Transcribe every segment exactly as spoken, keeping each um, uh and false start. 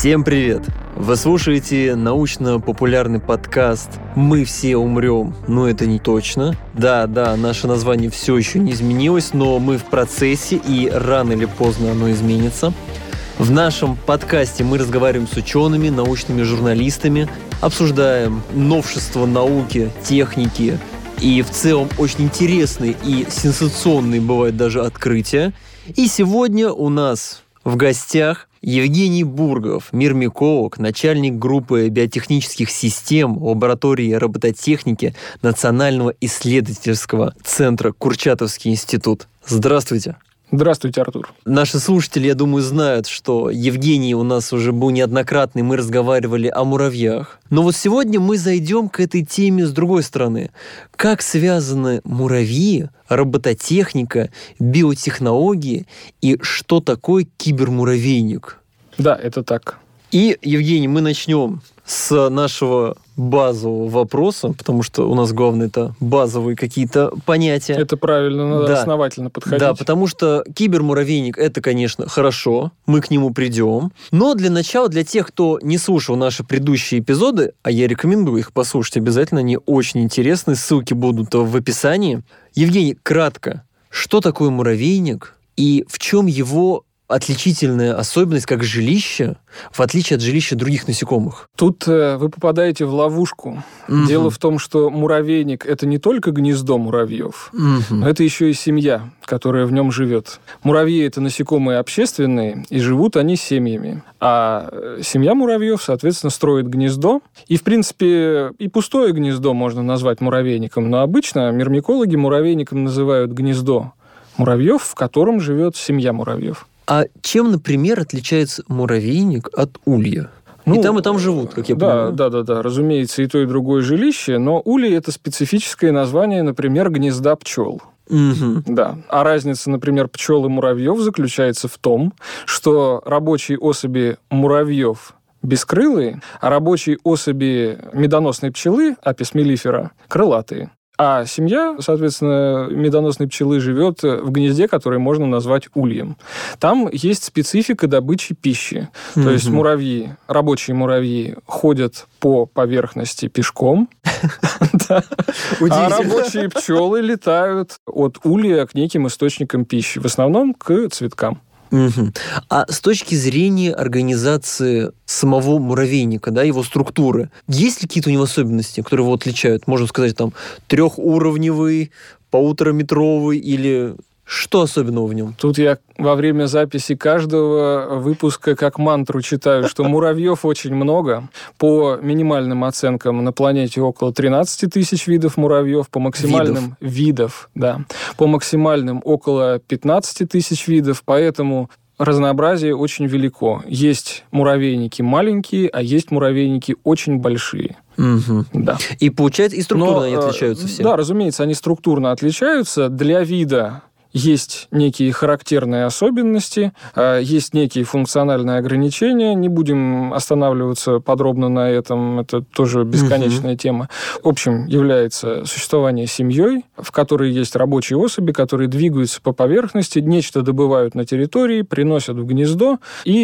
Всем привет! Вы слушаете научно-популярный подкаст «Мы все умрем, но это не точно». Да, да, наше название все еще не изменилось, но мы в процессе, и рано или поздно оно изменится. В нашем подкасте мы разговариваем с учеными, научными журналистами, обсуждаем новшества науки, техники и в целом очень интересные и сенсационные бывают даже открытия. И сегодня у нас в гостях Евгений Бургов, мирмиколог, начальник группы биотехнических систем лаборатории робототехники Национального исследовательского центра Курчатовский институт. Здравствуйте. Здравствуйте, Артур. Наши слушатели, я думаю, знают, что Евгений у нас уже был неоднократный, мы разговаривали о муравьях. Но вот сегодня мы зайдем к этой теме с другой стороны. Как связаны муравьи, робототехника, биотехнологии и что такое кибермуравейник? Да, это так. И, Евгений, мы начнем с нашего базового вопроса, потому что у нас главное это базовые какие-то понятия. Это правильно, надо да. основательно подходить. Да, потому что кибермуравейник это, конечно, хорошо, мы к нему придем. Но для начала, для тех, кто не слушал наши предыдущие эпизоды, а я рекомендую их послушать обязательно, они очень интересны, ссылки будут в описании. Евгений, кратко, что такое муравейник и в чем его отличительная особенность как жилище, в отличие от жилища других насекомых? Тут э, вы попадаете в ловушку. Угу. Дело в том, что муравейник – это не только гнездо муравьев, угу. но это еще и семья, которая в нем живет. Муравьи – это насекомые общественные, и живут они семьями. А семья муравьев, соответственно, строит гнездо. И, в принципе, и пустое гнездо можно назвать муравейником, но обычно мирмикологи муравейником называют гнездо муравьев, в котором живет семья муравьев. А чем, например, отличается муравейник от улья? Ну, и там, и там живут, как я да, понимаю. Да, да, да. Разумеется, и то, и другое жилище, но улей – это специфическое название, например, гнезда пчел. Угу. Да. А разница, например, пчел и муравьев заключается в том, что рабочие особи муравьев бескрылые, а рабочие особи медоносной пчелы, апис меллифера, крылатые. А семья, соответственно, медоносной пчелы живет в гнезде, которое можно назвать ульем. Там есть специфика добычи пищи. Mm-hmm. То есть муравьи, рабочие муравьи ходят по поверхности пешком, а рабочие пчелы летают от улья к неким источникам пищи, в основном к цветкам. Угу. А с точки зрения организации самого муравейника, да, его структуры, есть ли какие-то у него особенности, которые его отличают? Можно сказать, там, трехуровневый, полутораметровый или... Что особенного в нем? Тут я во время записи каждого выпуска как мантру читаю, что муравьев очень много. По минимальным оценкам на планете около тринадцать тысяч видов муравьев, по максимальным... Видов. Видов, да. По максимальным около пятнадцать тысяч видов, поэтому... Разнообразие очень велико. Есть муравейники маленькие, а есть муравейники очень большие. Угу. Да. И получается, и структурно Но, они отличаются все. Да, разумеется, они структурно отличаются. Для вида есть некие характерные особенности, есть некие функциональные ограничения. Не будем останавливаться подробно на этом, это тоже бесконечная uh-huh. тема. В общем, является существование семьей, в которой есть рабочие особи, которые двигаются по поверхности, нечто добывают на территории, приносят в гнездо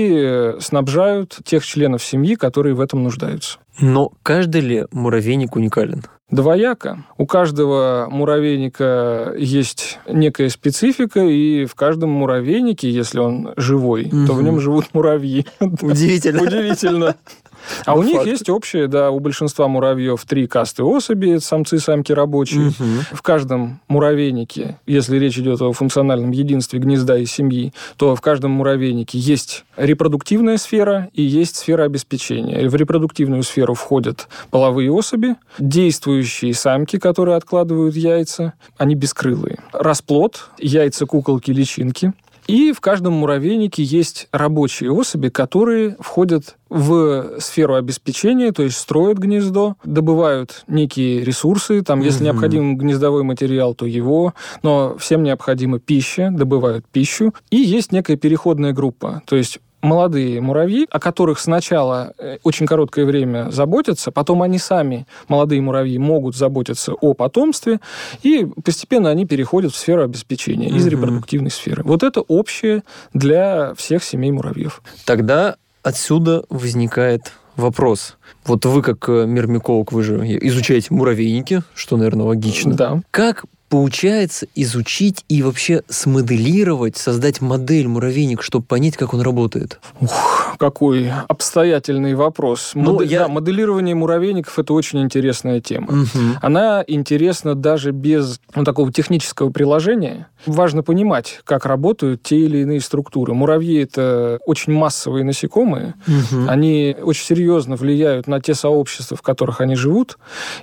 и снабжают тех членов семьи, которые в этом нуждаются. Но каждый ли муравейник уникален? Двояко. У каждого муравейника есть некая специфика, и в каждом муравейнике, если он живой, угу. то в нем живут муравьи. Удивительно. Удивительно. А у них есть общее, да, у большинства муравьев три касты особи, самцы, самки, рабочие. Угу. В каждом муравейнике, если речь идет о функциональном единстве гнезда и семьи, то в каждом муравейнике есть репродуктивная сфера и есть сфера обеспечения. В репродуктивную сферу входят половые особи, действующие самки, которые откладывают яйца, они бескрылые. Расплод, яйца, куколки, личинки. И в каждом муравейнике есть рабочие особи, которые входят в сферу обеспечения, то есть строят гнездо, добывают некие ресурсы, там, если угу. необходим гнездовой материал, то его, но всем необходима пища, добывают пищу. И есть некая переходная группа, то есть молодые муравьи, о которых сначала очень короткое время заботятся, потом они сами, молодые муравьи, могут заботиться о потомстве, и постепенно они переходят в сферу обеспечения из угу. репродуктивной сферы. Вот это общее для всех семей муравьев. Тогда отсюда возникает вопрос. Вот вы, как мирмиколог, вы же изучаете муравейники, что, наверное, логично. Да. Как получается изучить и вообще смоделировать, создать модель муравейника, чтобы понять, как он работает? Ух, какой обстоятельный вопрос. Ну, Модель, я... да, моделирование муравейников – это очень интересная тема. Угу. Она интересна даже без ну, такого технического приложения. Важно понимать, как работают те или иные структуры. Муравьи – это очень массовые насекомые. Угу. Они очень серьезно влияют на те сообщества, в которых они живут.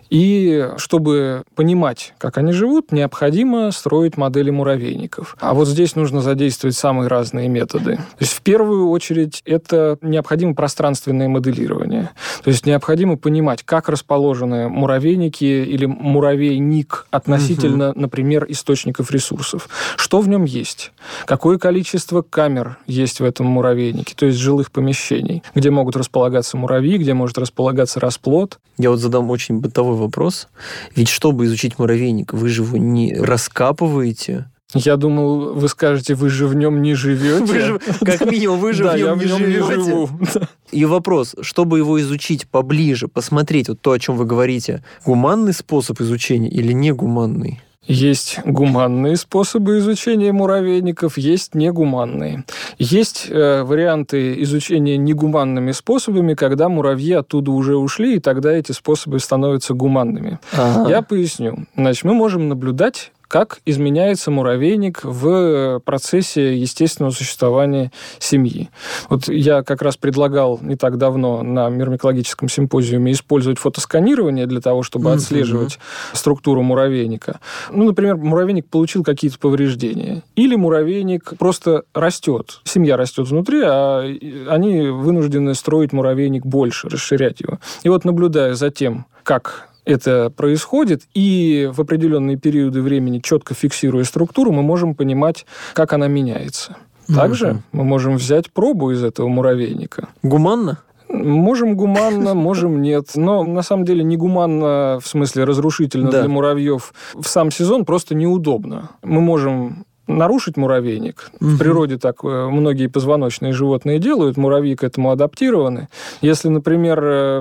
И чтобы понимать, как они живут, необходимо строить модели муравейников. А вот здесь нужно задействовать самые разные методы. То есть, в первую очередь, это необходимо пространственное моделирование. То есть, необходимо понимать, как расположены муравейники или муравейник относительно, угу. например, источников ресурсов. Что в нем есть? Какое количество камер есть в этом муравейнике, то есть жилых помещений, где могут располагаться муравьи, где может располагаться расплод. Я вот задам очень бытовой вопрос. Ведь чтобы изучить муравейник, вы же его не раскапываете. Я думал, вы скажете, вы же в нем не живете. Вы же, как минимум, вы же да, в нем я не в нем живете. Не живу. И вопрос, чтобы его изучить поближе, посмотреть вот то, о чем вы говорите, гуманный способ изучения или негуманный? Есть гуманные способы изучения муравейников, есть негуманные. Есть э, варианты изучения негуманными способами, когда муравьи оттуда уже ушли, и тогда эти способы становятся гуманными. Ага. Я поясню. Значит, мы можем наблюдать, как изменяется муравейник в процессе естественного существования семьи. Вот я как раз предлагал не так давно на мирмикологическом симпозиуме использовать фотосканирование для того, чтобы mm-hmm. отслеживать структуру муравейника. Ну, например, муравейник получил какие-то повреждения. Или муравейник просто растет. Семья растет внутри, а они вынуждены строить муравейник больше, расширять его. И вот наблюдая за тем, как это происходит, и в определенные периоды времени, четко фиксируя структуру, мы можем понимать, как она меняется. Также угу. мы можем взять пробу из этого муравейника. Гуманно? Можем гуманно, можем нет. Но на самом деле не гуманно, в смысле разрушительно да. для муравьев в сам сезон, просто неудобно. Мы можем нарушить муравейник. Угу. В природе так многие позвоночные животные делают, муравьи к этому адаптированы. Если, например,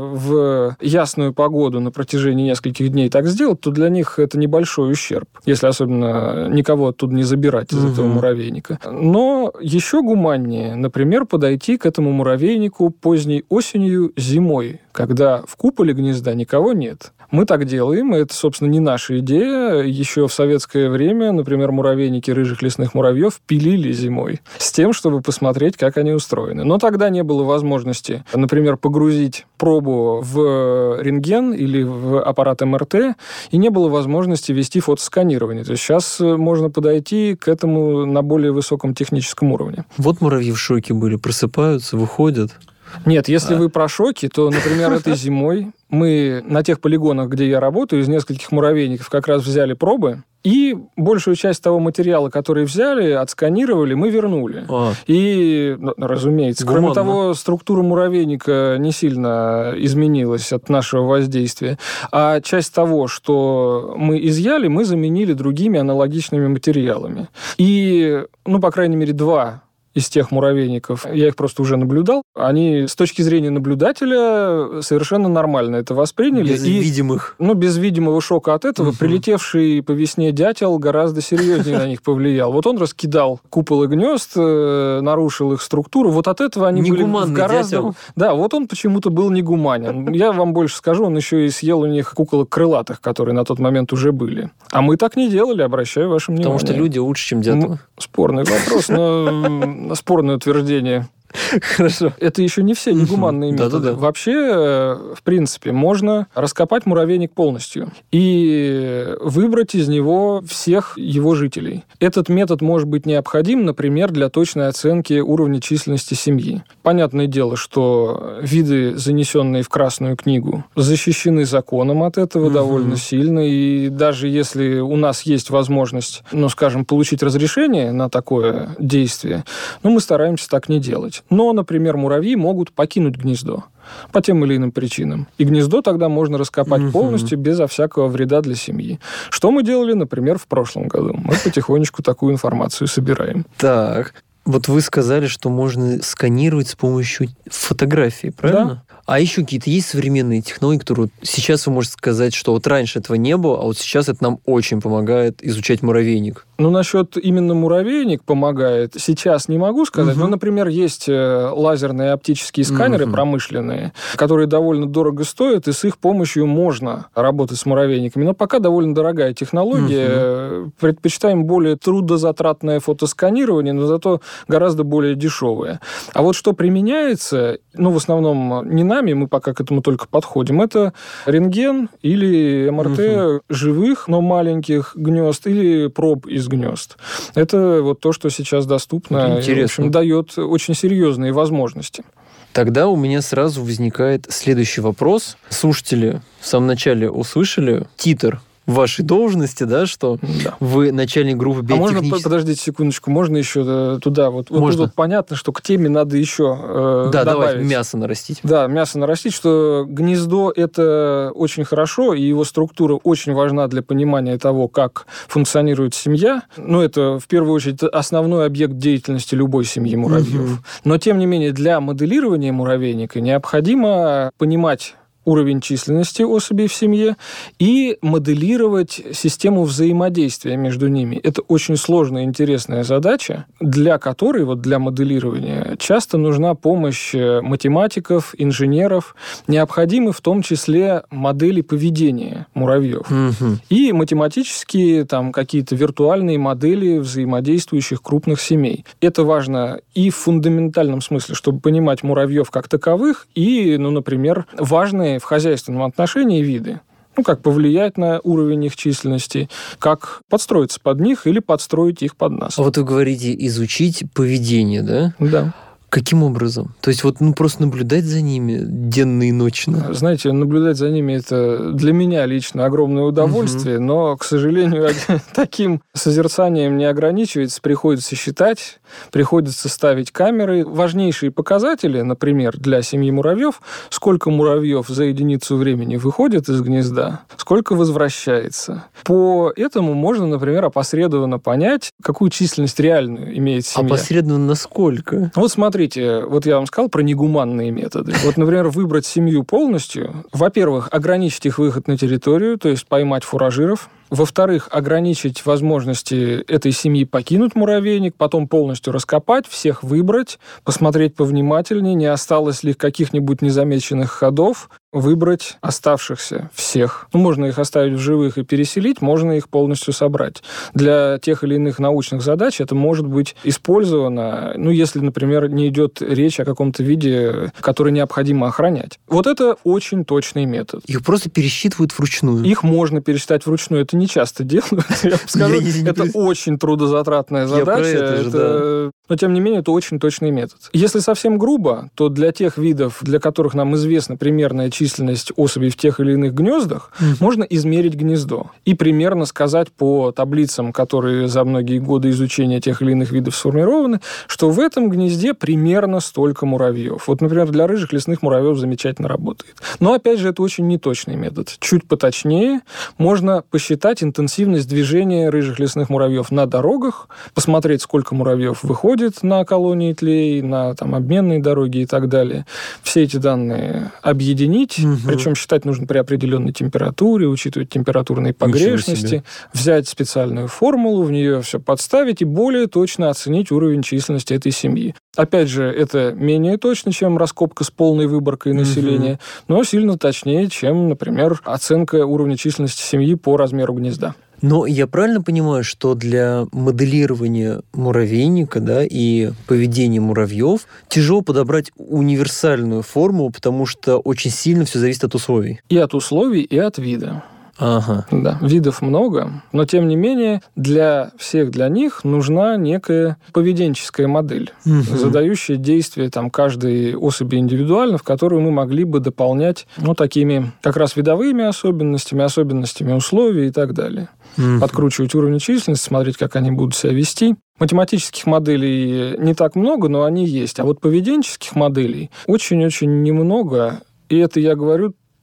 в ясную погоду на протяжении нескольких дней так сделать, то для них это небольшой ущерб, если особенно никого оттуда не забирать из угу. этого муравейника. Но еще гуманнее, например, подойти к этому муравейнику поздней осенью, зимой, когда в куполе гнезда никого нет. Мы так делаем, это, собственно, не наша идея. Еще в советское время, например, муравейники рыжих лесных муравьев пилили зимой с тем, чтобы посмотреть, как они устроены. Но тогда не было возможности, например, погрузить пробу в рентген или в аппарат эм эр тэ, и не было возможности вести фотосканирование. То есть сейчас можно подойти к этому на более высоком техническом уровне. Вот муравьи в шоке были, просыпаются, выходят. Нет, если а. вы про шоки, то, например, этой зимой мы на тех полигонах, где я работаю, из нескольких муравейников как раз взяли пробы, и большую часть того материала, который взяли, отсканировали, мы вернули. А. И, разумеется, Гуманно. Кроме того, структура муравейника не сильно изменилась от нашего воздействия. А часть того, что мы изъяли, мы заменили другими аналогичными материалами. И, ну, по крайней мере, два из тех муравейников, я их просто уже наблюдал, они с точки зрения наблюдателя совершенно нормально это восприняли. Без и, видимых. Ну, без видимого шока от этого, угу. прилетевший по весне дятел гораздо серьезнее на них повлиял. Вот он раскидал куполы гнезд, нарушил их структуру. Вот от этого они были в гораздо... Дятел. Да, вот он почему-то был негуманен. Я вам больше скажу, он еще и съел у них куколок крылатых, которые на тот момент уже были. А мы так не делали, обращаю ваше внимание. Потому что люди лучше, чем дятлы. Спорный вопрос, но... Спорное утверждение. Хорошо. Это еще не все негуманные методы. Да-да-да. Вообще, в принципе, можно раскопать муравейник полностью и выбрать из него всех его жителей. Этот метод может быть необходим, например, для точной оценки уровня численности семьи. Понятное дело, что виды, занесенные в Красную книгу, защищены законом от этого угу. довольно сильно, и даже если у нас есть возможность, ну, скажем, получить разрешение на такое действие, ну, мы стараемся так не делать. Но, например, муравьи могут покинуть гнездо по тем или иным причинам. И гнездо тогда можно раскопать угу. полностью, безо всякого вреда для семьи. Что мы делали, например, в прошлом году? Мы потихонечку такую информацию собираем. Так, Вот вы сказали, что можно сканировать с помощью фотографии, правильно? Да. А еще какие-то есть современные технологии, которые сейчас вы можете сказать, что вот раньше этого не было, а вот сейчас это нам очень помогает изучать муравейник? Ну, насчет именно муравейник помогает, сейчас не могу сказать. Uh-huh. Но, например, есть лазерные оптические сканеры uh-huh. промышленные, которые довольно дорого стоят, и с их помощью можно работать с муравейниками. Но пока довольно дорогая технология. Uh-huh. Предпочитаем более трудозатратное фотосканирование, но зато гораздо более дешевое. А вот что применяется, ну, в основном не нами, мы пока к этому только подходим, это рентген или эм эр тэ uh-huh. живых, но маленьких гнезд, или проб из гнезд. Это вот то, что сейчас доступно. Интересно. И, в общем, дает очень серьезные возможности. Тогда у меня сразу возникает следующий вопрос. Слушатели в самом начале услышали титр вашей должности, да, что да. вы начальник группы биотехнической... А можно, подождите секундочку, можно еще туда? Вот, вот можно. Тут вот понятно, что к теме надо еще э, да, добавить. давайте мясо нарастить. Да, мясо нарастить, что гнездо – это очень хорошо, и его структура очень важна для понимания того, как функционирует семья. Ну, это, в первую очередь, основной объект деятельности любой семьи муравьев. Угу. Но, тем не менее, для моделирования муравейника необходимо понимать уровень численности особей в семье и моделировать систему взаимодействия между ними. Это очень сложная и интересная задача, для которой, вот для моделирования, часто нужна помощь математиков, инженеров. Необходимы в том числе модели поведения муравьев. Угу. И математические там, какие-то виртуальные модели взаимодействующих крупных семей. Это важно и в фундаментальном смысле, чтобы понимать муравьев как таковых, и, ну, например, важные в хозяйственном отношении виды. Ну, как повлиять на уровень их численности, как подстроиться под них или подстроить их под нас. А вот вы говорите, изучить поведение, да? Да. Каким образом? То есть вот ну, просто наблюдать за ними денно и ночно? Знаете, наблюдать за ними – это для меня лично огромное удовольствие, угу. но, к сожалению, таким созерцанием не ограничивается. Приходится считать, приходится ставить камеры. Важнейшие показатели, например, для семьи муравьев, сколько муравьев за единицу времени выходит из гнезда, сколько возвращается. По этому можно, например, опосредованно понять, какую численность реальную имеет семья. Опосредованно насколько? Вот смотрите. Смотрите, вот я вам сказал про негуманные методы. Вот, например, выбрать семью полностью. Во-первых, ограничить их выход на территорию, то есть поймать фуражиров. Во-вторых, ограничить возможности этой семьи покинуть муравейник, потом полностью раскопать, всех выбрать, посмотреть повнимательнее, не осталось ли каких-нибудь незамеченных ходов, выбрать оставшихся всех. Ну, можно их оставить в живых и переселить, можно их полностью собрать. Для тех или иных научных задач это может быть использовано, ну, если, например, не идет речь о каком-то виде, который необходимо охранять. Вот это очень точный метод. Их просто пересчитывают вручную? Их можно пересчитать вручную. Это не часто делают. Я скажу, это очень трудозатратная задача. Но, тем не менее, это очень точный метод. Если совсем грубо, то для тех видов, для которых нам известна примерная численность особей в тех или иных гнездах, mm. можно измерить гнездо и примерно сказать по таблицам, которые за многие годы изучения тех или иных видов сформированы, что в этом гнезде примерно столько муравьев. Вот, например, для рыжих лесных муравьев замечательно работает. Но, опять же, это очень неточный метод. Чуть поточнее можно посчитать интенсивность движения рыжих лесных муравьев на дорогах, посмотреть, сколько муравьев выходит на колонии тлей, на там, обменные дороги и так далее. Все эти данные объединить, угу. причем считать нужно при определенной температуре, учитывать температурные погрешности, взять специальную формулу, в нее все подставить и более точно оценить уровень численности этой семьи. Опять же, это менее точно, чем раскопка с полной выборкой населения, угу. но сильно точнее, чем, например, оценка уровня численности семьи по размеру гнезда. Но я правильно понимаю, что для моделирования муравейника, да, и поведения муравьев тяжело подобрать универсальную формулу, потому что очень сильно все зависит от условий? И от условий, и от вида. Ага. Да, видов много, но, тем не менее, для всех для них нужна некая поведенческая модель, угу. задающая действия там, каждой особи индивидуально, в которую мы могли бы дополнять ну, такими как раз видовыми особенностями, особенностями условий и так далее. Угу. Подкручивать уровень численности, смотреть, как они будут себя вести. Математических моделей не так много, но они есть. А вот поведенческих моделей очень-очень немного. И это я говорю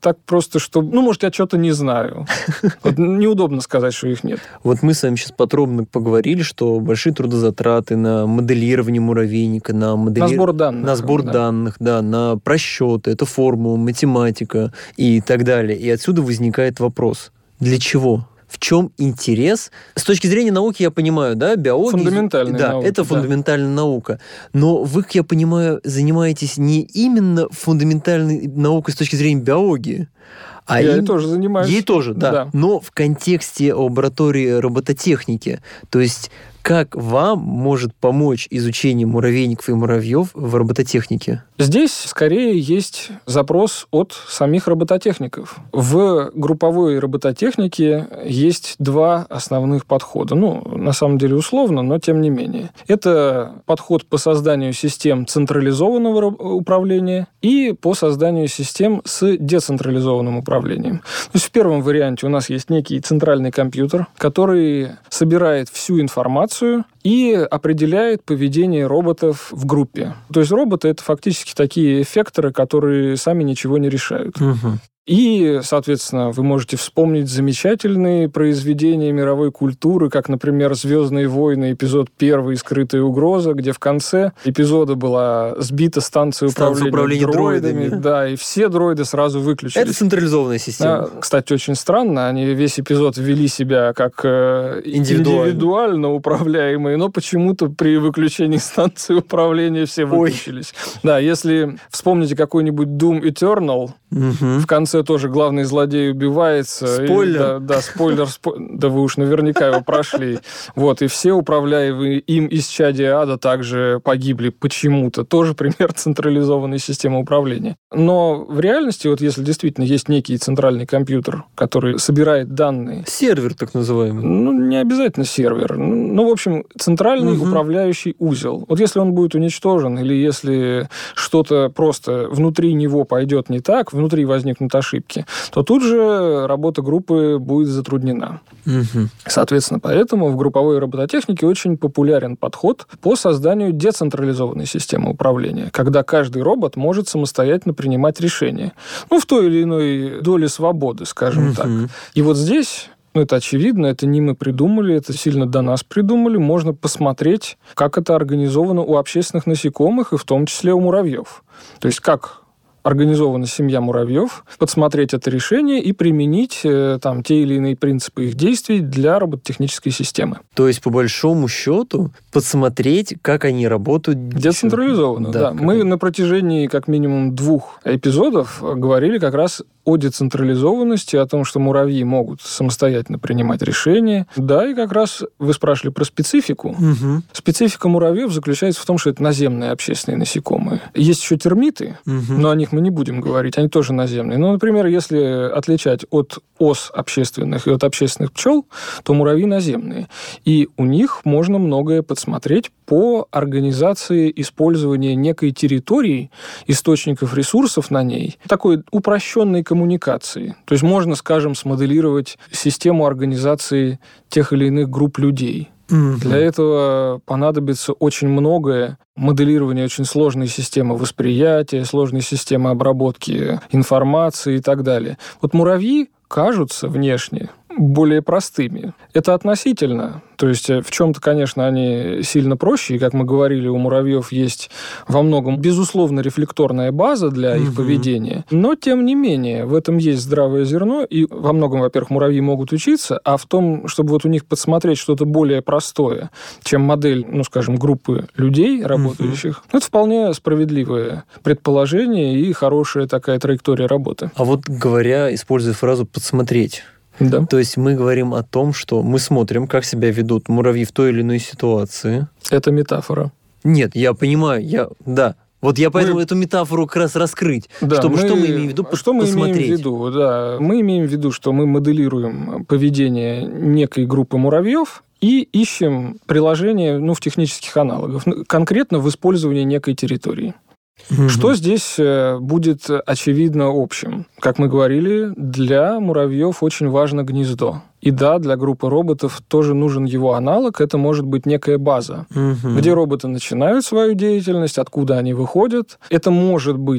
так просто, что... Ну, может, я что-то не знаю. Вот неудобно сказать, что их нет. Вот мы с вами сейчас подробно поговорили, что большие трудозатраты на моделирование муравейника, на, модели... на сбор данных. На сбор да. данных, да, на просчеты, это формула, математика и так далее. И отсюда возникает вопрос. Для чего? В чем интерес? С точки зрения науки, я понимаю, да, биология... Фундаментальная да, наука. это да. фундаментальная наука. Но вы, как я понимаю, занимаетесь не именно фундаментальной наукой с точки зрения биологии, а я им... ей тоже занимаюсь. Ей тоже, да. да. Но в контексте лаборатории робототехники. То есть как вам может помочь изучение муравейников и муравьев в робототехнике? Здесь скорее есть запрос от самих робототехников. В групповой робототехнике есть два основных подхода. Ну, на самом деле условно, но тем не менее. Это подход по созданию систем централизованного управления и по созданию систем с децентрализованным управлением. То есть в первом варианте у нас есть некий центральный компьютер, который собирает всю информацию и определяет поведение роботов в группе. То есть роботы — это фактически такие эффекторы, которые сами ничего не решают. Угу. И, соответственно, вы можете вспомнить замечательные произведения мировой культуры, как, например, «Звездные войны», эпизод первый «Скрытая угроза», где в конце эпизода была сбита станция управления, управления дроидами. дроидами. Да, и все дроиды сразу выключились. Это централизованная система. А, кстати, очень странно, они весь эпизод вели себя как э, индивидуально. индивидуально управляемые, но почему-то при выключении станции управления все выключились. Ой. Да, если вспомните какой-нибудь Doom Eternal, угу. в конце тоже главный злодей убивается. Спойлер. И, да, да, спойлер, спо... да вы уж наверняка его прошли. Вот, и все управляемые им исчадия ада также погибли почему-то. Тоже пример централизованной системы управления. Но в реальности, вот если действительно есть некий центральный компьютер, который собирает данные... Сервер, так называемый. Ну, не обязательно сервер. Ну, в общем, центральный угу. управляющий узел. Вот если он будет уничтожен, или если что-то просто внутри него пойдет не так, внутри возникнут ошибки, то тут же работа группы будет затруднена. Угу. Соответственно, поэтому в групповой робототехнике очень популярен подход по созданию децентрализованной системы управления, когда каждый робот может самостоятельно принимать решения. Ну, в той или иной доле свободы, скажем угу. так. И вот здесь... Ну, это очевидно, это не мы придумали, это сильно до нас придумали. Можно посмотреть, как это организовано у общественных насекомых, и в том числе у муравьев. То есть, как организована семья муравьев, подсмотреть это решение и применить э, там, те или иные принципы их действий для робототехнической системы. То есть, по большому счету, подсмотреть, как они работают... Децентрализованно, да. да. Мы они... на протяжении как минимум двух эпизодов говорили как раз о децентрализованности, о том, что муравьи могут самостоятельно принимать решения. Да, и как раз вы спрашивали про специфику. Угу. Специфика муравьев заключается в том, что это наземные общественные насекомые. Есть еще термиты, угу. но о них мы не будем говорить, они тоже наземные. Ну, например, если отличать от ос общественных и от общественных пчел, то муравьи наземные. И у них можно многое подсмотреть по организации использования некой территории, источников ресурсов на ней, такой упрощенной коммуникации. То есть можно, скажем, смоделировать систему организации тех или иных групп людей. Mm-hmm. Для этого понадобится очень многое. Моделирование очень сложной системы восприятия, сложной системы обработки информации и так далее. Вот муравьи кажутся внешне более простыми. Это относительно. То есть в чем-то, конечно, они сильно проще. И, как мы говорили, у муравьев есть во многом, безусловно, рефлекторная база для их угу. поведения. Но, тем не менее, в этом есть здравое зерно. И во многом, во-первых, муравьи могут учиться, а в том, чтобы вот у них подсмотреть что-то более простое, чем модель, ну, скажем, группы людей, работающих, угу. это вполне справедливое предположение и хорошая такая траектория работы. А вот говоря, используя фразу «подсмотреть», да. То есть мы говорим о том, что мы смотрим, как себя ведут муравьи в той или иной ситуации. Это метафора. Нет, я понимаю, я... Да. Вот я поэтому мы... эту метафору как раз раскрыть. Да, чтобы мы... что мы имеем в виду? Что мы посмотреть. имеем в виду? Да. Мы имеем в виду, что мы моделируем поведение некой группы муравьев и ищем приложение, ну, в технических аналогах, конкретно в использовании некой территории. Угу. Что здесь будет очевидно общим? Как мы говорили, для муравьев очень важно гнездо. И да, для группы роботов тоже нужен его аналог. Это может быть некая база, угу. где роботы начинают свою деятельность, откуда они выходят. Это может быть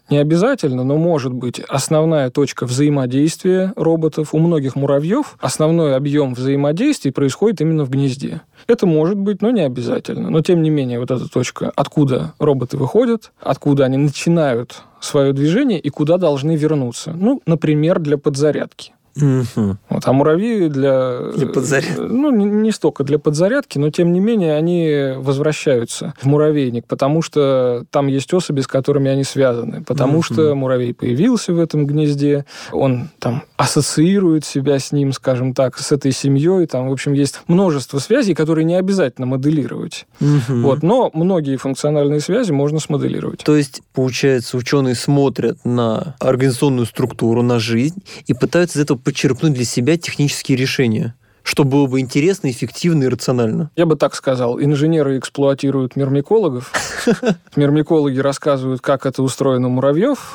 не обязательно, но может быть основная точка взаимодействия роботов. У многих муравьев основной объем взаимодействий происходит именно в гнезде. Это может быть, но не обязательно. Но, тем не менее, вот эта точка, откуда роботы выходят, откуда они начинают свое движение и куда должны вернуться. Ну, например, для подзарядки. Угу. Вот, а муравьи для... Для подзарядки. Ну, не, не столько для подзарядки, но, тем не менее, они возвращаются в муравейник, потому что там есть особи, с которыми они связаны. Потому угу. что муравей появился в этом гнезде, он там ассоциирует себя с ним, скажем так, с этой семьей. Там, в общем, есть множество связей, которые не обязательно моделировать. Угу. Вот, но многие функциональные связи можно смоделировать. То есть, получается, ученые смотрят на организационную структуру, на жизнь и пытаются из этого подчерпнуть для себя технические решения, что было бы интересно, эффективно и рационально. Я бы так сказал. Инженеры эксплуатируют мирмикологов. Мирмикологи рассказывают, как это устроено у муравьев,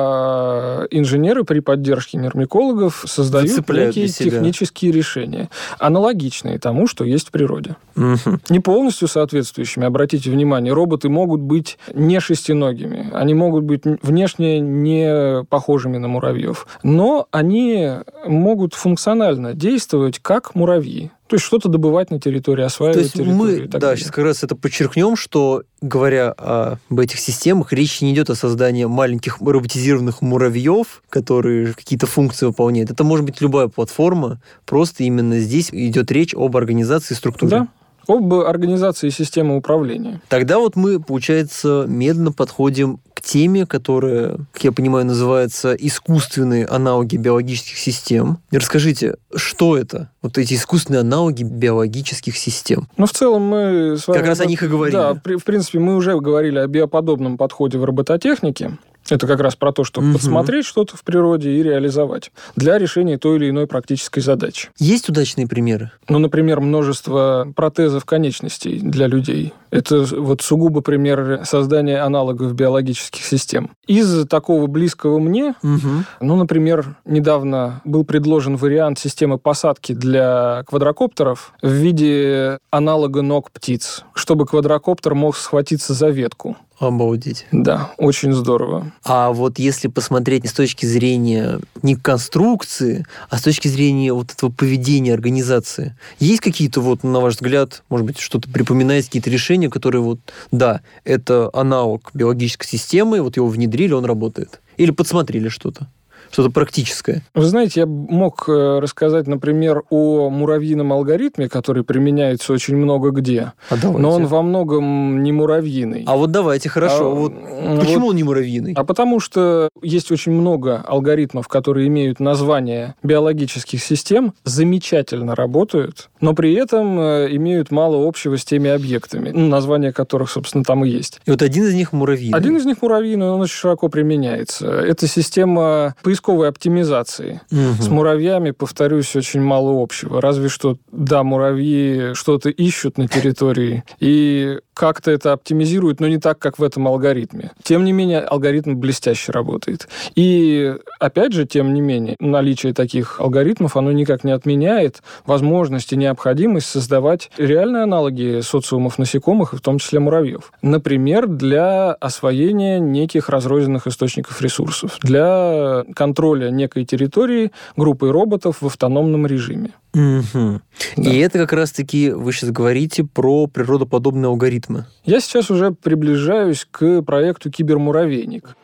а инженеры при поддержке мирмикологов создают Зацепляют некие технические решения, аналогичные тому, что есть в природе. Угу. Не полностью соответствующими. Обратите внимание, роботы могут быть не шестиногими, они могут быть внешне не похожими на муравьев, но они могут функционально действовать как муравьи. То есть что-то добывать на территории, осваивать территорию. Мы, и так да, далее. сейчас как раз это подчеркнем, что, говоря об этих системах, речь не идет о создании маленьких роботизированных муравьев, которые какие-то функции выполняют. Это может быть любая платформа, просто именно здесь идет речь об организации структуры. Да. Об организации системы управления. Тогда вот мы, получается, медленно подходим к теме, которая, как я понимаю, называется искусственные аналоги биологических систем. Расскажите, что это? Вот эти искусственные аналоги биологических систем. Ну, в целом мы с вами... Как раз о них и говорили. Да, в принципе, мы уже говорили о биоподобном подходе в робототехнике. Это как раз про то, чтобы угу. подсмотреть что-то в природе и реализовать для решения той или иной практической задачи. Есть удачные примеры? Ну, например, множество протезов конечностей для людей. Это вот сугубо пример создания аналогов биологических систем. Из такого близкого мне, угу. ну, например, недавно был предложен вариант системы посадки для квадрокоптеров в виде аналога ног птиц, чтобы квадрокоптер мог схватиться за ветку. Обалдеть. Да, очень здорово. А вот если посмотреть не с точки зрения не конструкции, а с точки зрения вот этого поведения организации, есть какие-то, вот, на ваш взгляд, может быть, что-то припоминаете, какие-то решения, которые вот, да, это аналог биологической системы, вот его внедрили, он работает? Или подсмотрели что-то? Что-то практическое. Вы знаете, я мог рассказать, например, о муравьином алгоритме, который применяется очень много где. А но он во многом не муравьиный. А вот давайте, хорошо. А, вот почему вот, он не муравьиный? А потому что есть очень много алгоритмов, которые имеют название биологических систем, замечательно работают, но при этом имеют мало общего с теми объектами, ну, названия которых, собственно, там и есть. И вот один из них муравьиный. Один из них муравьиный, он очень широко применяется. Это система поисковой оптимизации. Угу. С муравьями, повторюсь, очень мало общего. Разве что, да, муравьи что-то ищут на территории и как-то это оптимизируют, но не так, как в этом алгоритме. Тем не менее, алгоритм блестяще работает. И, опять же, тем не менее, наличие таких алгоритмов, оно никак не отменяет возможность и необходимость создавать реальные аналоги социумов насекомых, и в том числе муравьев. Например, для освоения неких разрозненных источников ресурсов, для контроля некой территории группой роботов в автономном режиме. Угу. Да. И это как раз-таки, вы сейчас говорите про природоподобные алгоритмы. Я сейчас уже приближаюсь к проекту «Кибермуравейник».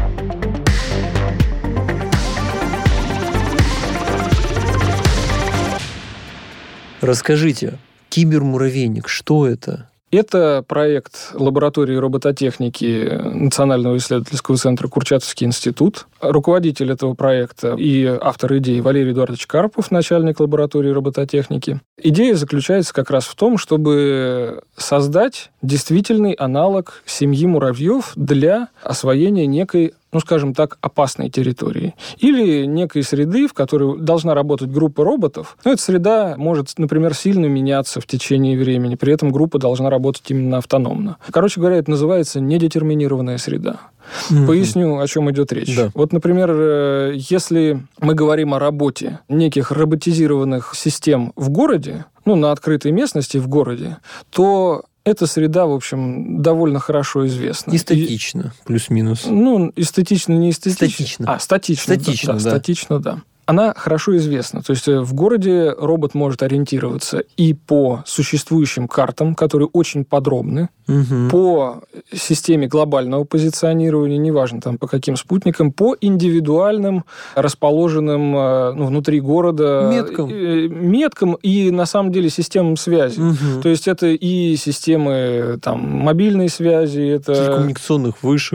Расскажите, «Кибермуравейник», что это? Это проект лаборатории робототехники Национального исследовательского центра Курчатовский институт. Руководитель этого проекта и автор идеи Валерий Эдуардович Карпов, начальник лаборатории робототехники. Идея заключается как раз в том, чтобы создать действительный аналог семьи муравьев для освоения некой, ну, скажем так, опасной территории. Или некой среды, в которой должна работать группа роботов. Но эта среда может, например, сильно меняться в течение времени. При этом группа должна работать именно автономно. Короче говоря, это называется недетерминированная среда. Mm-hmm. Поясню, о чем идет речь. Да. Вот, например, если мы говорим о работе неких роботизированных систем в городе, ну, на открытой местности в городе, то эта среда, в общем, довольно хорошо известна. Эстетично, и, плюс-минус. Ну, эстетично, не эстетично. Статично. А, статично. Статично, да. да. Статично, да. Она хорошо известна. То есть в городе робот может ориентироваться и по существующим картам, которые очень подробны, угу. по системе глобального позиционирования, неважно там по каким спутникам, по индивидуальным, расположенным ну, внутри города меткам. меткам и, на самом деле, системам связи. Угу. То есть это и системы там, мобильной связи, это... телекоммуникационных вышек.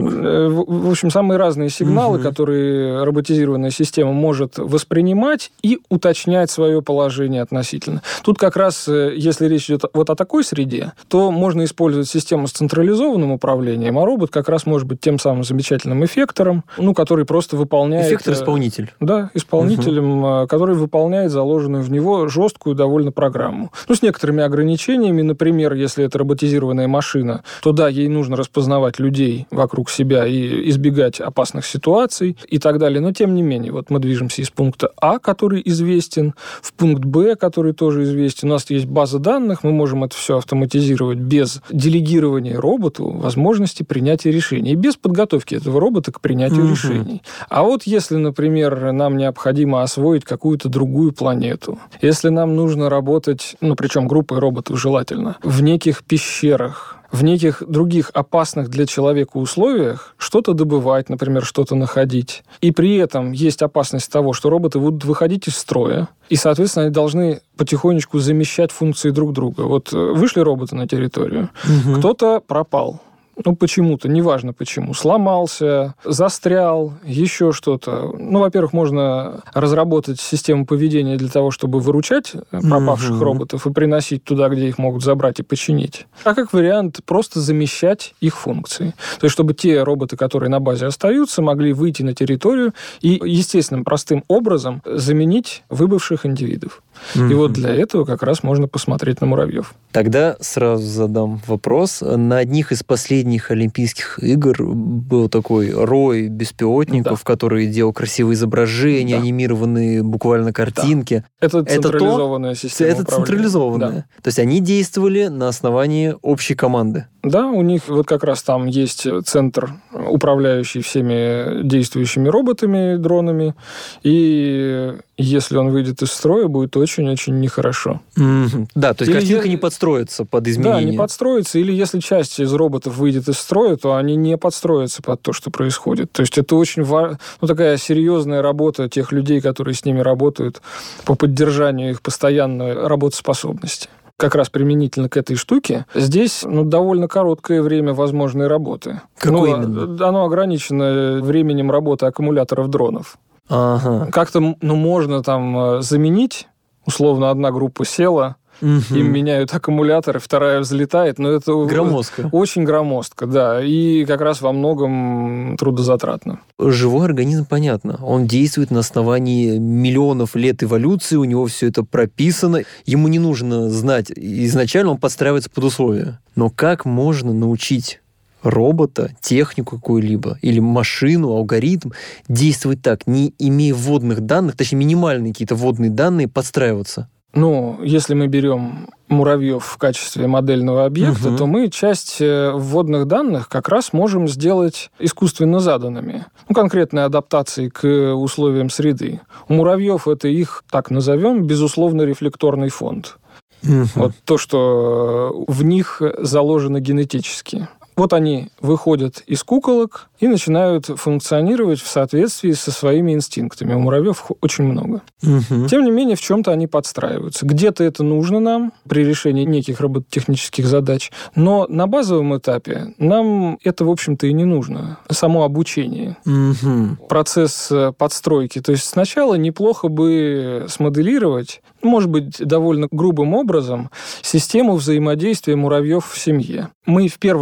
В общем, самые разные сигналы, угу. которые роботизированная система может воспринимать, воспринимать и уточнять свое положение относительно. Тут как раз, если речь идет вот о такой среде, то можно использовать систему с централизованным управлением, а робот как раз может быть тем самым замечательным эффектором, ну, который просто выполняет... Эффектор-исполнитель. Да, исполнителем, угу. который выполняет заложенную в него жесткую довольно программу. Ну, с некоторыми ограничениями, например, если это роботизированная машина, то да, ей нужно распознавать людей вокруг себя и избегать опасных ситуаций и так далее, но тем не менее, вот мы движемся из пункта А, который известен, в пункт Б, который тоже известен. У нас есть база данных, мы можем это все автоматизировать без делегирования роботу возможности принятия решений и без подготовки этого робота к принятию угу. решений. А вот если, например, нам необходимо освоить какую-то другую планету, если нам нужно работать, ну, причем группой роботов желательно, в неких пещерах, в неких других опасных для человека условиях что-то добывать, например, что-то находить. И при этом есть опасность того, что роботы будут выходить из строя, и, соответственно, они должны потихонечку замещать функции друг друга. Вот вышли роботы на территорию, угу. кто-то пропал. Ну, почему-то, неважно почему, сломался, застрял, еще что-то. Ну, во-первых, можно разработать систему поведения для того, чтобы выручать пропавших mm-hmm. роботов и приносить туда, где их могут забрать и починить. А как вариант, просто замещать их функции. То есть, чтобы те роботы, которые на базе остаются, могли выйти на территорию и естественным, простым образом заменить выбывших индивидов. Mm-hmm. И вот для этого как раз можно посмотреть на муравьев. Тогда сразу задам вопрос. На одних из последних Олимпийских игр был такой рой беспилотников, да. который делал красивые изображения, да. анимированные буквально картинки. Да. Это централизованная это система Это управления. централизованная. Да. То есть они действовали на основании общей команды. Да, у них вот как раз там есть центр, управляющий всеми действующими роботами, дронами, и если он выйдет из строя, будет очень-очень нехорошо. Mm-hmm. Да, то есть или картинка я... не подстроится под изменения. Да, не подстроится, или если часть из роботов выйдет из строя, то они не подстроятся под то, что происходит. То есть это очень ва... ну, такая серьезная работа тех людей, которые с ними работают по поддержанию их постоянной работоспособности. Как раз применительно к этой штуке, здесь ну, довольно короткое время возможной работы. Какое ну, именно? Оно ограничено временем работы аккумуляторов дронов. Ага. Как-то ну, можно там заменить, условно, одна группа села, угу. им меняют аккумуляторы, вторая взлетает, но это громоздко. Очень громоздко, да, и как раз во многом трудозатратно. Живой организм, понятно, он действует на основании миллионов лет эволюции, у него все это прописано, ему не нужно знать, изначально он подстраивается под условия. Но как можно научить робота, технику какую-либо, или машину, алгоритм, действовать так, не имея вводных данных, точнее, минимальные какие-то вводные данные, подстраиваться? Ну, если мы берем муравьев в качестве модельного объекта, угу. то мы часть вводных данных как раз можем сделать искусственно заданными. Ну, конкретной адаптацией к условиям среды. У муравьев это их, так назовем, безусловно, рефлекторный фонд. Угу. Вот то, что в них заложено генетически. Вот они выходят из куколок и начинают функционировать в соответствии со своими инстинктами. У муравьев их очень много. Угу. Тем не менее, в чем-то они подстраиваются. Где-то это нужно нам при решении неких робототехнических задач, но на базовом этапе нам это, в общем-то, и не нужно. Само обучение. Угу. Процесс подстройки. То есть сначала неплохо бы смоделировать, может быть, довольно грубым образом, систему взаимодействия муравьев в семье. Мы в первом эпизоде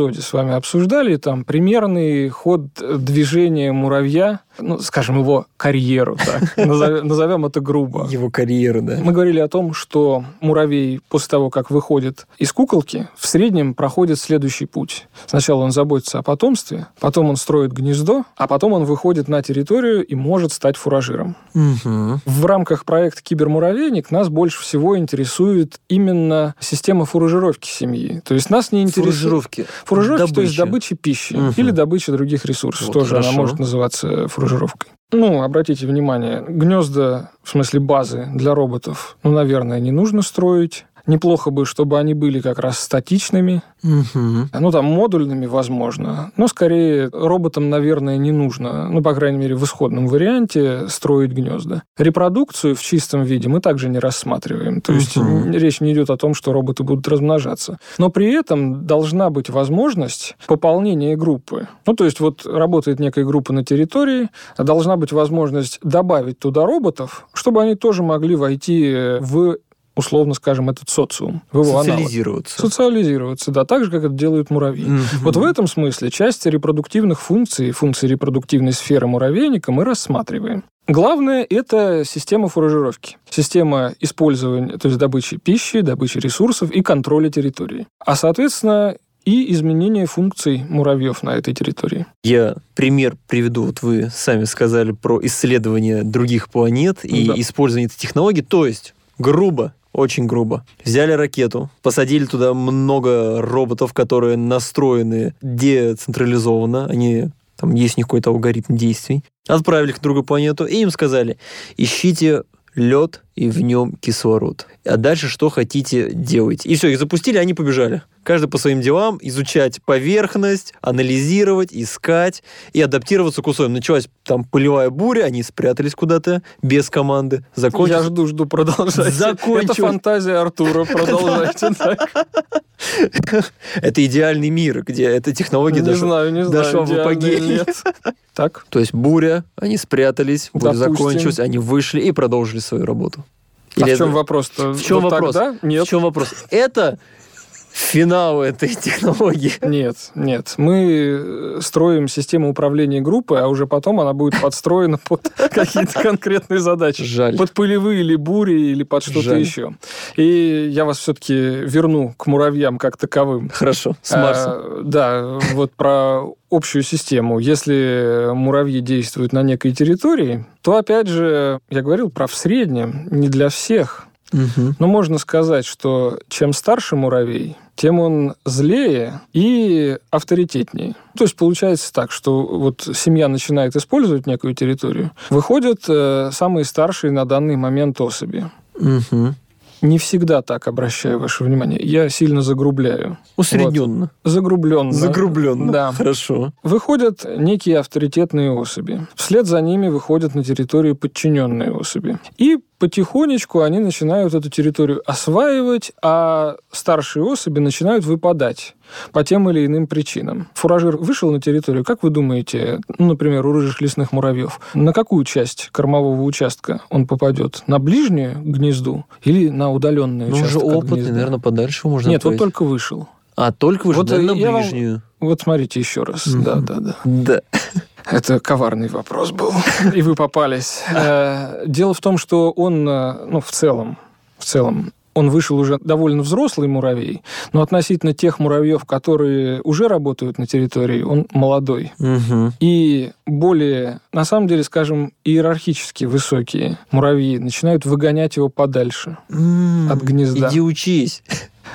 эпизоде с вами обсуждали там примерный ход движения муравья, ну, скажем, его карьеру, так, назовем это грубо. Его карьеру, да. Мы говорили о том, что муравей после того, как выходит из куколки, в среднем проходит следующий путь. Сначала он заботится о потомстве, потом он строит гнездо, а потом он выходит на территорию и может стать фуражиром. Угу. В рамках проекта «Кибермуравейник» нас больше всего интересует именно система фуражировки семьи. То есть нас не интересует... Фуражировки. Фуражировки, Добыча. то есть добыча пищи Угу. или добыча других ресурсов. Вот, тоже хорошо. она может называться фуражировкой. Ну, обратите внимание, гнезда, в смысле базы для роботов, ну, наверное, не нужно строить. Неплохо бы, чтобы они были как раз статичными. Угу. Ну, там, модульными, возможно. Но, скорее, роботам, наверное, не нужно, ну, по крайней мере, в исходном варианте, строить гнезда. Репродукцию в чистом виде мы также не рассматриваем. То есть Угу. речь не идет о том, что роботы будут размножаться. Но при этом должна быть возможность пополнения группы. Ну, то есть вот работает некая группа на территории, должна быть возможность добавить туда роботов, чтобы они тоже могли войти в, условно скажем, этот социум. В его Социализироваться. аналог. Социализироваться, да, так же, как это делают муравьи. Мгм. Вот в этом смысле часть репродуктивных функций, функций репродуктивной сферы муравейника мы рассматриваем. Главное – это система фуражировки. Система использования, то есть добычи пищи, добычи ресурсов и контроля территории. А, соответственно, и изменение функций муравьев на этой территории. Я пример приведу. Вот вы сами сказали про исследование других планет и Да. использование этой технологии. То есть, грубо, очень грубо. Взяли ракету, посадили туда много роботов, которые настроены децентрализованно. Они, там есть у них какой-то алгоритм действий. Отправили их на другую планету, и им сказали, ищите лед и в нем кислород. А дальше что хотите, делайте. И все, их запустили, они побежали. Каждый по своим делам, изучать поверхность, анализировать, искать и адаптироваться к условиям. Началась там пылевая буря, они спрятались куда-то без команды. Закончилось... Я жду, жду, продолжайте. Закончилось. Это фантазия Артура, продолжайте. Это идеальный мир, где эта технология Не дошла, знаю, не дошла знаю, в идеально или апогей. нет. Так. То есть буря, они спрятались, буря Допустим. закончилась, они вышли и продолжили свою работу. А Или в чем это- вопрос-то? В чем Вот вопрос? тогда? Нет. В чем вопрос? Это финал этой технологии. Нет, нет. Мы строим систему управления группой, а уже потом она будет подстроена под какие-то конкретные задачи. Жаль. Под пылевые или бури, или под что-то Жаль. еще. И я вас все-таки верну к муравьям как таковым. Хорошо, с Марсом. А, да, вот про общую систему. Если муравьи действуют на некой территории, то, опять же, я говорил про в среднем, не для всех. Мгм. Но можно сказать, что чем старше муравей, тем он злее и авторитетнее. То есть получается так, что вот семья начинает использовать некую территорию, выходят э, самые старшие на данный момент особи. Мгм. Не всегда так, обращаю ваше внимание. Я сильно загрубляю. Усредненно. Загрубленно. Загрубленно. Да. Хорошо. Выходят некие авторитетные особи. Вслед за ними выходят на территорию подчиненные особи. И потихонечку они начинают эту территорию осваивать, а старшие особи начинают выпадать по тем или иным причинам. Фуражир вышел на территорию, как вы думаете, ну, например, у рыжих лесных муравьев, на какую часть кормового участка он попадет? На ближнюю к гнезду или на удаленную Ну, уже участок от опытный, гнезда? наверное, подальше можно Нет, вот отправить. только вышел. А, только вы Вот же на я вам- ближнюю. Вот смотрите еще раз. Мгм. Да, да, да. Да. Это коварный вопрос был. И вы попались. Э, Дело в том, что он, э, ну, в целом, в целом, он вышел уже довольно взрослый муравей, но относительно тех муравьев, которые уже работают на территории, он молодой. Мгм. И более, на самом деле, скажем, иерархически высокие муравьи начинают выгонять его подальше. М, От гнезда. Иди учись,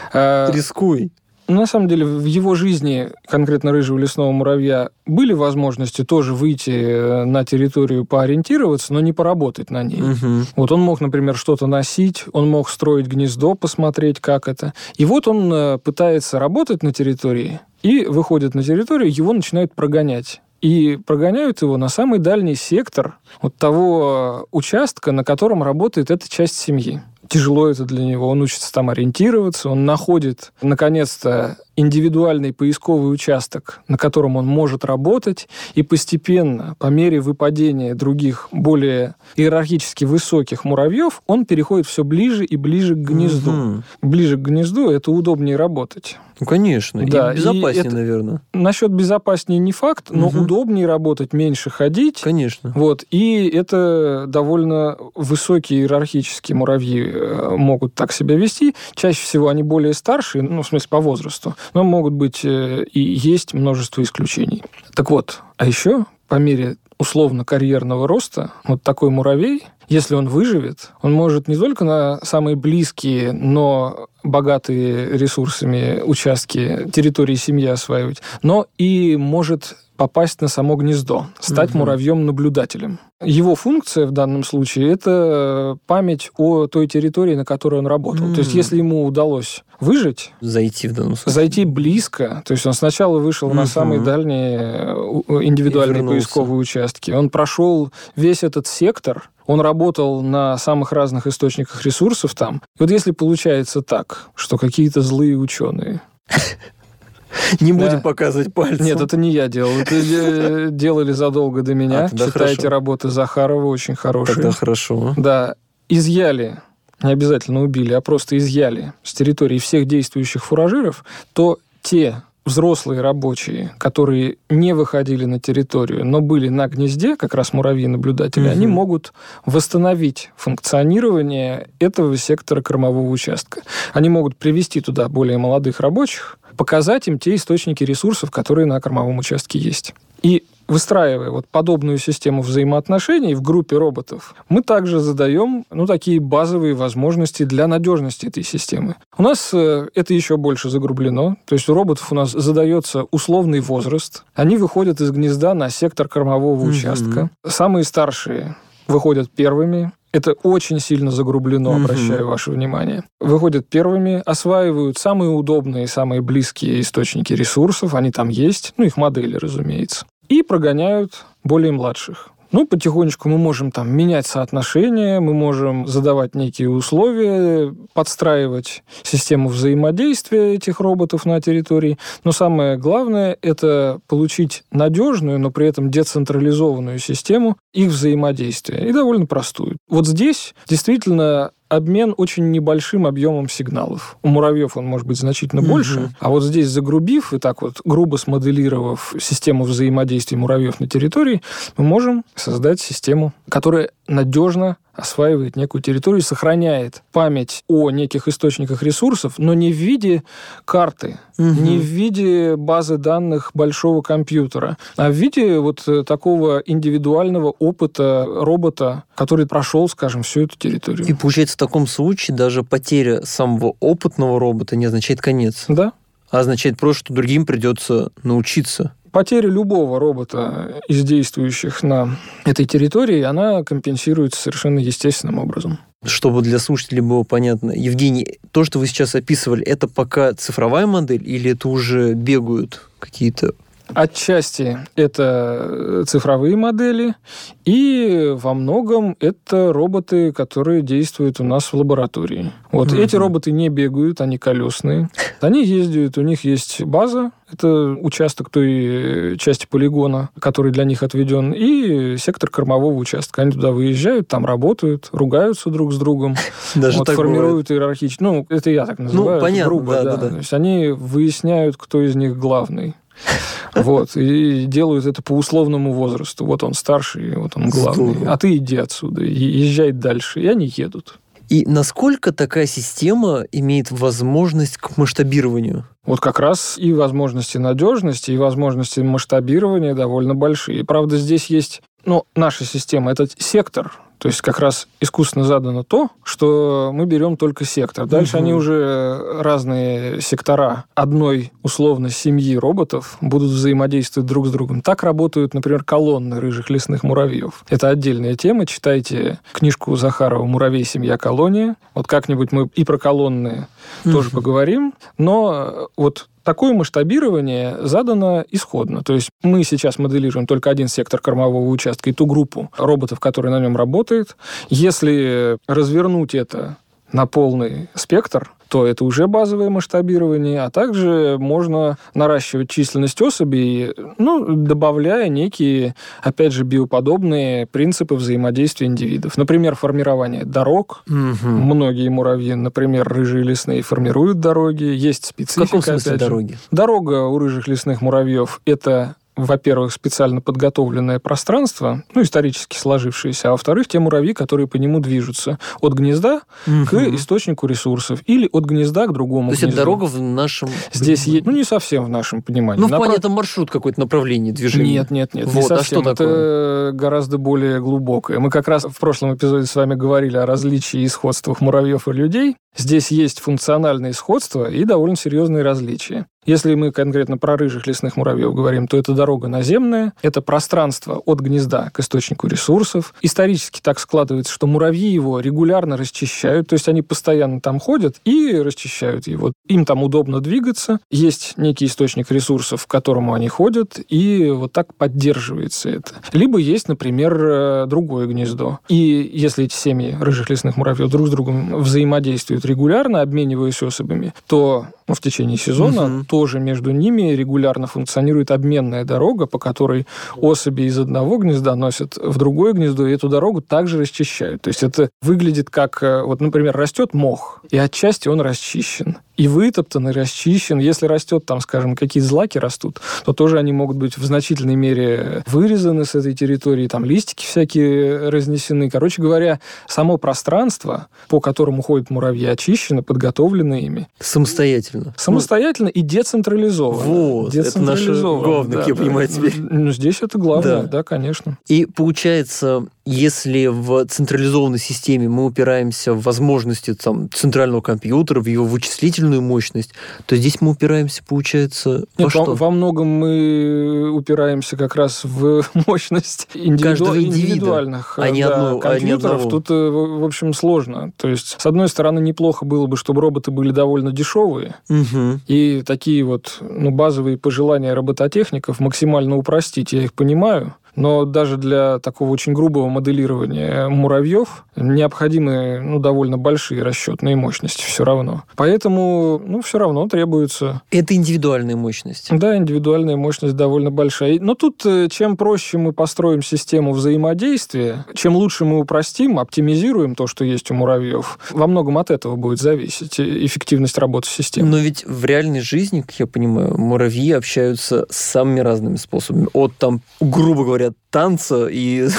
Э, рискуй. На самом деле, в его жизни, конкретно рыжего лесного муравья, были возможности тоже выйти на территорию поориентироваться, но не поработать на ней. Мгм. Вот он мог, например, что-то носить, он мог строить гнездо, посмотреть, как это. И вот он э, пытается работать на территории, и выходит на территорию, его начинают прогонять. И прогоняют его на самый дальний сектор вот того участка, на котором работает эта часть семьи. тяжело это для него, он учится там ориентироваться, он находит, наконец-то, индивидуальный поисковый участок, на котором он может работать, и постепенно, по мере выпадения других, более иерархически высоких муравьев, он переходит все ближе и ближе к гнезду. Угу. Ближе к гнезду это удобнее работать. Ну, конечно, да, и безопаснее, и это, наверное. Насчет безопаснее не факт, но угу. удобнее работать, меньше ходить. Конечно. Вот, и это довольно высокие иерархические муравьи могут так себя вести. Чаще всего они более старшие, ну, в смысле, по возрасту, но могут быть и есть множество исключений. Так вот, а еще по мере условно-карьерного роста вот такой муравей, если он выживет, он может не только на самые близкие, но богатые ресурсами участки территории семьи осваивать, но и может попасть на само гнездо, стать угу. муравьем-наблюдателем. Его функция в данном случае – это память о той территории, на которой он работал. Mm. То есть, если ему удалось выжить... Зайти в данном случае. Зайти близко. То есть, он сначала вышел mm-hmm. на самые дальние индивидуальные поисковые участки. Он прошел весь этот сектор, он работал на самых разных источниках ресурсов там. И вот если получается так, что какие-то злые ученые... Не будем да. показывать пальцем. Нет, это не я делал. Это делали задолго до меня. А, читайте хорошо. Работы Захарова, очень хорошие. Тогда хорошо. Да. Изъяли, не обязательно убили, а просто изъяли с территории всех действующих фуражиров, то те взрослые рабочие, которые не выходили на территорию, но были на гнезде, как раз муравьи-наблюдатели, угу. они могут восстановить функционирование этого сектора кормового участка. Они могут привести туда более молодых рабочих, показать им те источники ресурсов, которые на кормовом участке есть. И выстраивая вот подобную систему взаимоотношений в группе роботов, мы также задаем ну, такие базовые возможности для надежности этой системы. У нас э, это еще больше загрублено. То есть у роботов у нас задается условный возраст. Они выходят из гнезда на сектор кормового mm-hmm. участка. Самые старшие выходят первыми. Это очень сильно загрублено, mm-hmm. обращаю ваше внимание. Выходят первыми, осваивают самые удобные, самые близкие источники ресурсов. Они там есть. Ну, их модели, разумеется. И прогоняют более младших. Ну, потихонечку мы можем там менять соотношения, мы можем задавать некие условия, подстраивать систему взаимодействия этих роботов на территории. Но самое главное – это получить надежную, но при этом децентрализованную систему их взаимодействия. И довольно простую. Вот здесь действительно обмен очень небольшим объемом сигналов. У муравьев он может быть значительно mm-hmm. больше, а вот здесь, загрубив и так вот грубо смоделировав систему взаимодействия муравьев на территории, мы можем создать систему, которая надежно осваивает некую территорию, сохраняет память о неких источниках ресурсов, но не в виде карты, угу. не в виде базы данных большого компьютера, а в виде вот такого индивидуального опыта робота, который прошел, скажем, всю эту территорию. И получается, в таком случае даже потеря самого опытного робота не означает конец. Да. А означает просто, что другим придется научиться. Потеря любого робота из действующих на этой территории, она компенсируется совершенно естественным образом. Чтобы для слушателей было понятно, Евгений, то, что вы сейчас описывали, это пока цифровая модель или это уже бегают какие-то... Отчасти это цифровые модели, и во многом это роботы, которые действуют у нас в лаборатории. Вот mm-hmm. эти роботы не бегают, они колесные. Они ездят, у них есть база, это участок той части полигона, который для них отведен, и сектор кормового участка. Они туда выезжают, там работают, ругаются друг с другом, Даже вот, формируют иерархически. Ну, это я так называю. Ну, понятно, грубо, да, да. да, да. То есть они выясняют, кто из них главный. Вот, и делают это по условному возрасту. Вот он старший, вот он главный. Здорово. А ты иди отсюда, и езжай дальше. И они едут. И насколько такая система имеет возможность к масштабированию? Вот как раз и возможности надежности, и возможности масштабирования довольно большие. Правда, здесь есть... Ну, наша система – это сектор. То есть как раз искусственно задано то, что мы берем только сектор. Дальше угу. они уже разные сектора одной условно семьи роботов будут взаимодействовать друг с другом. Так работают, например, колонны рыжих лесных муравьев. Это отдельная тема. Читайте книжку Захарова «Муравей. Семья. Колония». Вот как-нибудь мы и про колонны угу. тоже поговорим. Но вот такое масштабирование задано исходно. То есть мы сейчас моделируем только один сектор кормового участка и ту группу роботов, которые на нем работают. Если развернуть это на полный спектр, то это уже базовое масштабирование, а также можно наращивать численность особей, ну, добавляя некие, опять же, биоподобные принципы взаимодействия индивидов. Например, формирование дорог. Угу. Многие муравьи, например, рыжие лесные, формируют дороги. Есть специфика. В каком смысле дороги? Дорога у рыжих лесных муравьев – это, во-первых, специально подготовленное пространство, ну, исторически сложившееся, а во-вторых, те муравьи, которые по нему движутся от гнезда угу. к источнику ресурсов или от гнезда к другому гнезду. То есть это дорога в нашем... Здесь есть, ну, не совсем в нашем понимании. Ну, в плане это маршрут какой-то, направление движения. Нет, нет, нет, вот, не совсем. А что такое? Это гораздо более глубокое. Мы как раз в прошлом эпизоде с вами говорили о различии и сходствах муравьев и людей. Здесь есть функциональные сходства и довольно серьезные различия. Если мы конкретно про рыжих лесных муравьев говорим, то это дорога наземная, это пространство от гнезда к источнику ресурсов. Исторически так складывается, что муравьи его регулярно расчищают, то есть они постоянно там ходят и расчищают его. Им там удобно двигаться, есть некий источник ресурсов, к которому они ходят, и вот так поддерживается это. Либо есть, например, другое гнездо. И если эти семьи рыжих лесных муравьев друг с другом взаимодействуют регулярно, обмениваясь особями, то ну, в течение сезона угу. тоже между ними регулярно функционирует обменная дорога, по которой особи из одного гнезда носят в другое гнездо, и эту дорогу также расчищают. То есть это выглядит как, вот, например, растет мох, и отчасти он расчищен. И вытоптан, и расчищен. Если растет, там, скажем, какие злаки растут, то тоже они могут быть в значительной мере вырезаны с этой территории, там листики всякие разнесены. Короче говоря, само пространство, по которому ходят муравьи, очищено, подготовлено ими. Самостоятельно. Самостоятельно ну, и децентрализованно. Вот, децентрализованно, это наше главное, да, я да, понимаю теперь. Ну, здесь это главное, да. да, конечно. И получается, если в централизованной системе мы упираемся в возможности там, центрального компьютера, в его вычислительную мощность, то здесь мы упираемся, получается, во Нет, что? Во, во многом мы упираемся как раз в мощность индивиду... индивидуальных а не да, одно, компьютеров. А не Тут, в общем, сложно. То есть, с одной стороны, неплохо было бы, чтобы роботы были довольно дешевые, угу. и такие вот ну, базовые пожелания робототехников максимально упростить, я их понимаю. Но даже для такого очень грубого моделирования муравьев необходимы ну, довольно большие расчетные мощности все равно. Поэтому ну, все равно требуется... Это индивидуальная мощность. Да, индивидуальная мощность довольно большая. Но тут чем проще мы построим систему взаимодействия, чем лучше мы упростим, оптимизируем то, что есть у муравьев, во многом от этого будет зависеть эффективность работы системы. Но ведь в реальной жизни, как я понимаю, муравьи общаются самыми разными способами. От там, грубо говоря, танца и,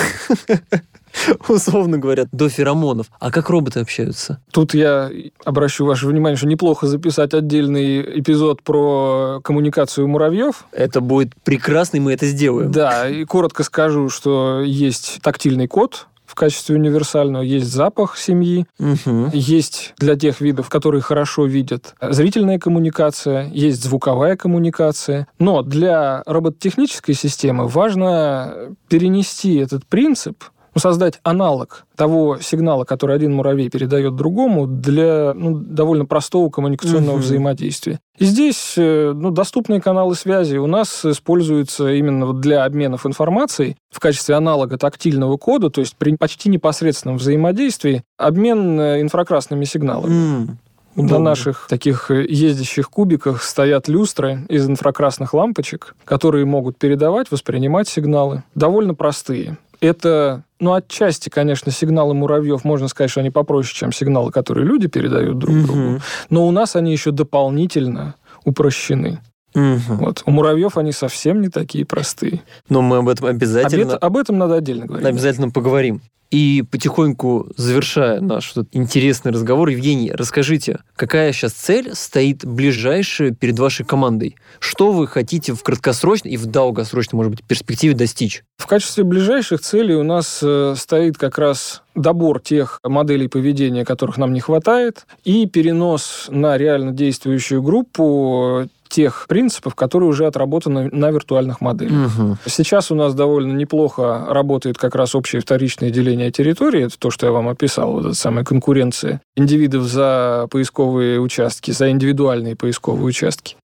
условно говоря, до феромонов. А как роботы общаются? Тут я обращу ваше внимание, что неплохо записать отдельный эпизод про коммуникацию муравьев. Это будет прекрасно, и мы это сделаем. Да, и коротко скажу, что есть тактильный код, в качестве универсального, есть запах семьи, угу. есть для тех видов, которые хорошо видят, зрительная коммуникация, есть звуковая коммуникация. Но для робототехнической системы важно перенести этот принцип, ну, создать аналог того сигнала, который один муравей передает другому, для ну, довольно простого коммуникационного угу. взаимодействия. И здесь ну, доступные каналы связи у нас используются именно для обменов информацией в качестве аналога тактильного кода, то есть при почти непосредственном взаимодействии обмен инфракрасными сигналами. Mm. На Удобно. Наших таких ездящих кубиках стоят люстры из инфракрасных лампочек, которые могут передавать, воспринимать сигналы. Довольно простые. Это, ну, отчасти, конечно, сигналы муравьев, можно сказать, что они попроще, чем сигналы, которые люди передают друг угу. другу. Но у нас они еще дополнительно упрощены. Угу. Вот. У муравьев они совсем не такие простые. Но мы об этом обязательно... Об, об этом надо отдельно говорить. Обязательно поговорим. И потихоньку, завершая наш вот интересный разговор, Евгений, расскажите, какая сейчас цель стоит ближайшая перед вашей командой? Что вы хотите в краткосрочной и в долгосрочной, может быть, перспективе достичь? В качестве ближайших целей у нас э, стоит как раз добор тех моделей поведения, которых нам не хватает, и перенос на реально действующую группу тех принципов, которые уже отработаны на виртуальных моделях. Угу. Сейчас у нас довольно неплохо работает как раз общее вторичное деление территории. Это то, что я вам описал, вот эта самая конкуренция индивидов за поисковые участки, за индивидуальные поисковые участки.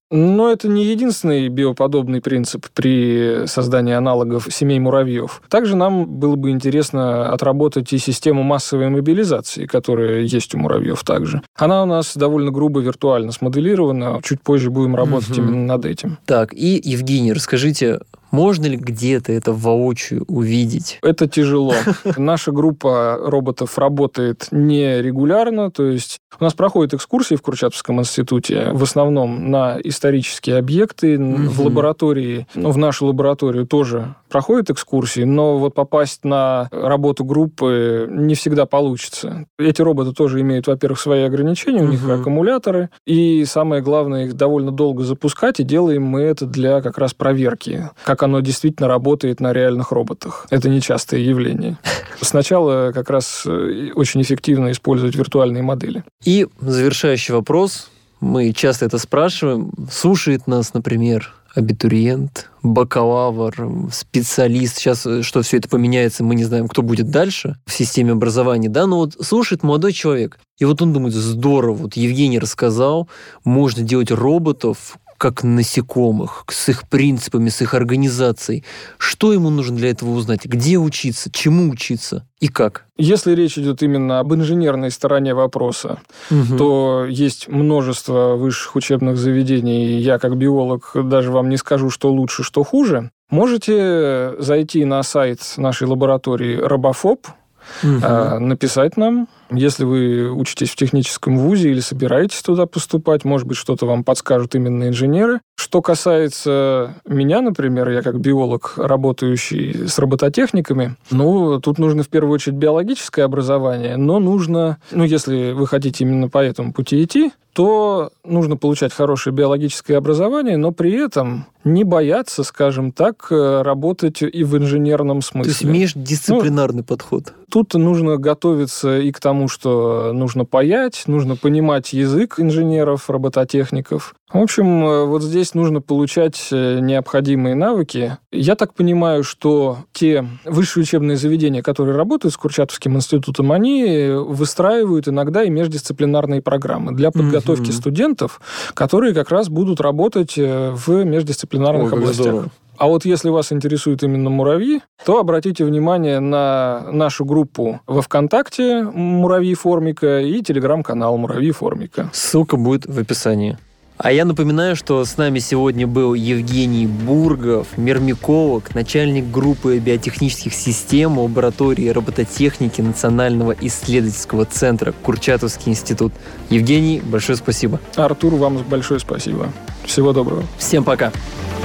Но это не единственный биоподобный принцип при создании аналогов семей муравьев. Также нам было бы интересно отработать и систему массовой мобилизации, которая есть у муравьев также. Она у нас довольно грубо виртуально смоделирована. Чуть позже будем работать угу. именно над этим. Так, и, Евгений, расскажите, можно ли где-то это воочию увидеть? Это тяжело. Наша группа роботов работает нерегулярно, то есть у нас проходят экскурсии в Курчатовском институте, в основном на исторические объекты, mm-hmm. в лаборатории, ну, в нашу лабораторию тоже проходят экскурсии, но вот попасть на работу группы не всегда получится. Эти роботы тоже имеют, во-первых, свои ограничения, у mm-hmm. них аккумуляторы, и самое главное, их довольно долго запускать, и делаем мы это для как раз проверки, как оно действительно работает на реальных роботах. Это нечастое явление. Сначала как раз очень эффективно использовать виртуальные модели. И завершающий вопрос. Мы часто это спрашиваем. Слушает нас, например, абитуриент, бакалавр, специалист. Сейчас, что все это поменяется, мы не знаем, кто будет дальше в системе образования. Да? Но вот слушает молодой человек. И вот он думает, здорово, вот Евгений рассказал, можно делать роботов, как насекомых, с их принципами, с их организацией. Что ему нужно для этого узнать? Где учиться? Чему учиться? И как? Если речь идет именно об инженерной стороне вопроса, угу. то есть множество высших учебных заведений. Я, как биолог, даже вам не скажу, что лучше, что хуже. Можете зайти на сайт нашей лаборатории Робофоб, угу. написать нам. Если вы учитесь в техническом вузе или собираетесь туда поступать, может быть, что-то вам подскажут именно инженеры. Что касается меня, например, я как биолог, работающий с робототехниками, ну, тут нужно в первую очередь биологическое образование, но нужно, ну, если вы хотите именно по этому пути идти, то нужно получать хорошее биологическое образование, но при этом не бояться, скажем так, работать и в инженерном смысле. То есть междисциплинарный ну, подход. Тут нужно готовиться и к тому, что нужно паять, нужно понимать язык инженеров, робототехников. В общем, вот здесь нужно получать необходимые навыки. Я так понимаю, что те высшие учебные заведения, которые работают с Курчатовским институтом, они выстраивают иногда и междисциплинарные программы для подготовки mm-hmm. студентов, которые как раз будут работать в междисциплинарных Ой, областях. Здорово. А вот если вас интересуют именно муравьи, то обратите внимание на нашу группу во ВКонтакте «Муравьи Формика» и телеграм-канал «Муравьи Формика». Ссылка будет в описании. А я напоминаю, что с нами сегодня был Евгений Бургов, мирмиколог, начальник группы биотехнических систем лаборатории робототехники Национального исследовательского центра Курчатовский институт. Евгений, большое спасибо. Артур, вам большое спасибо. Всего доброго. Всем пока.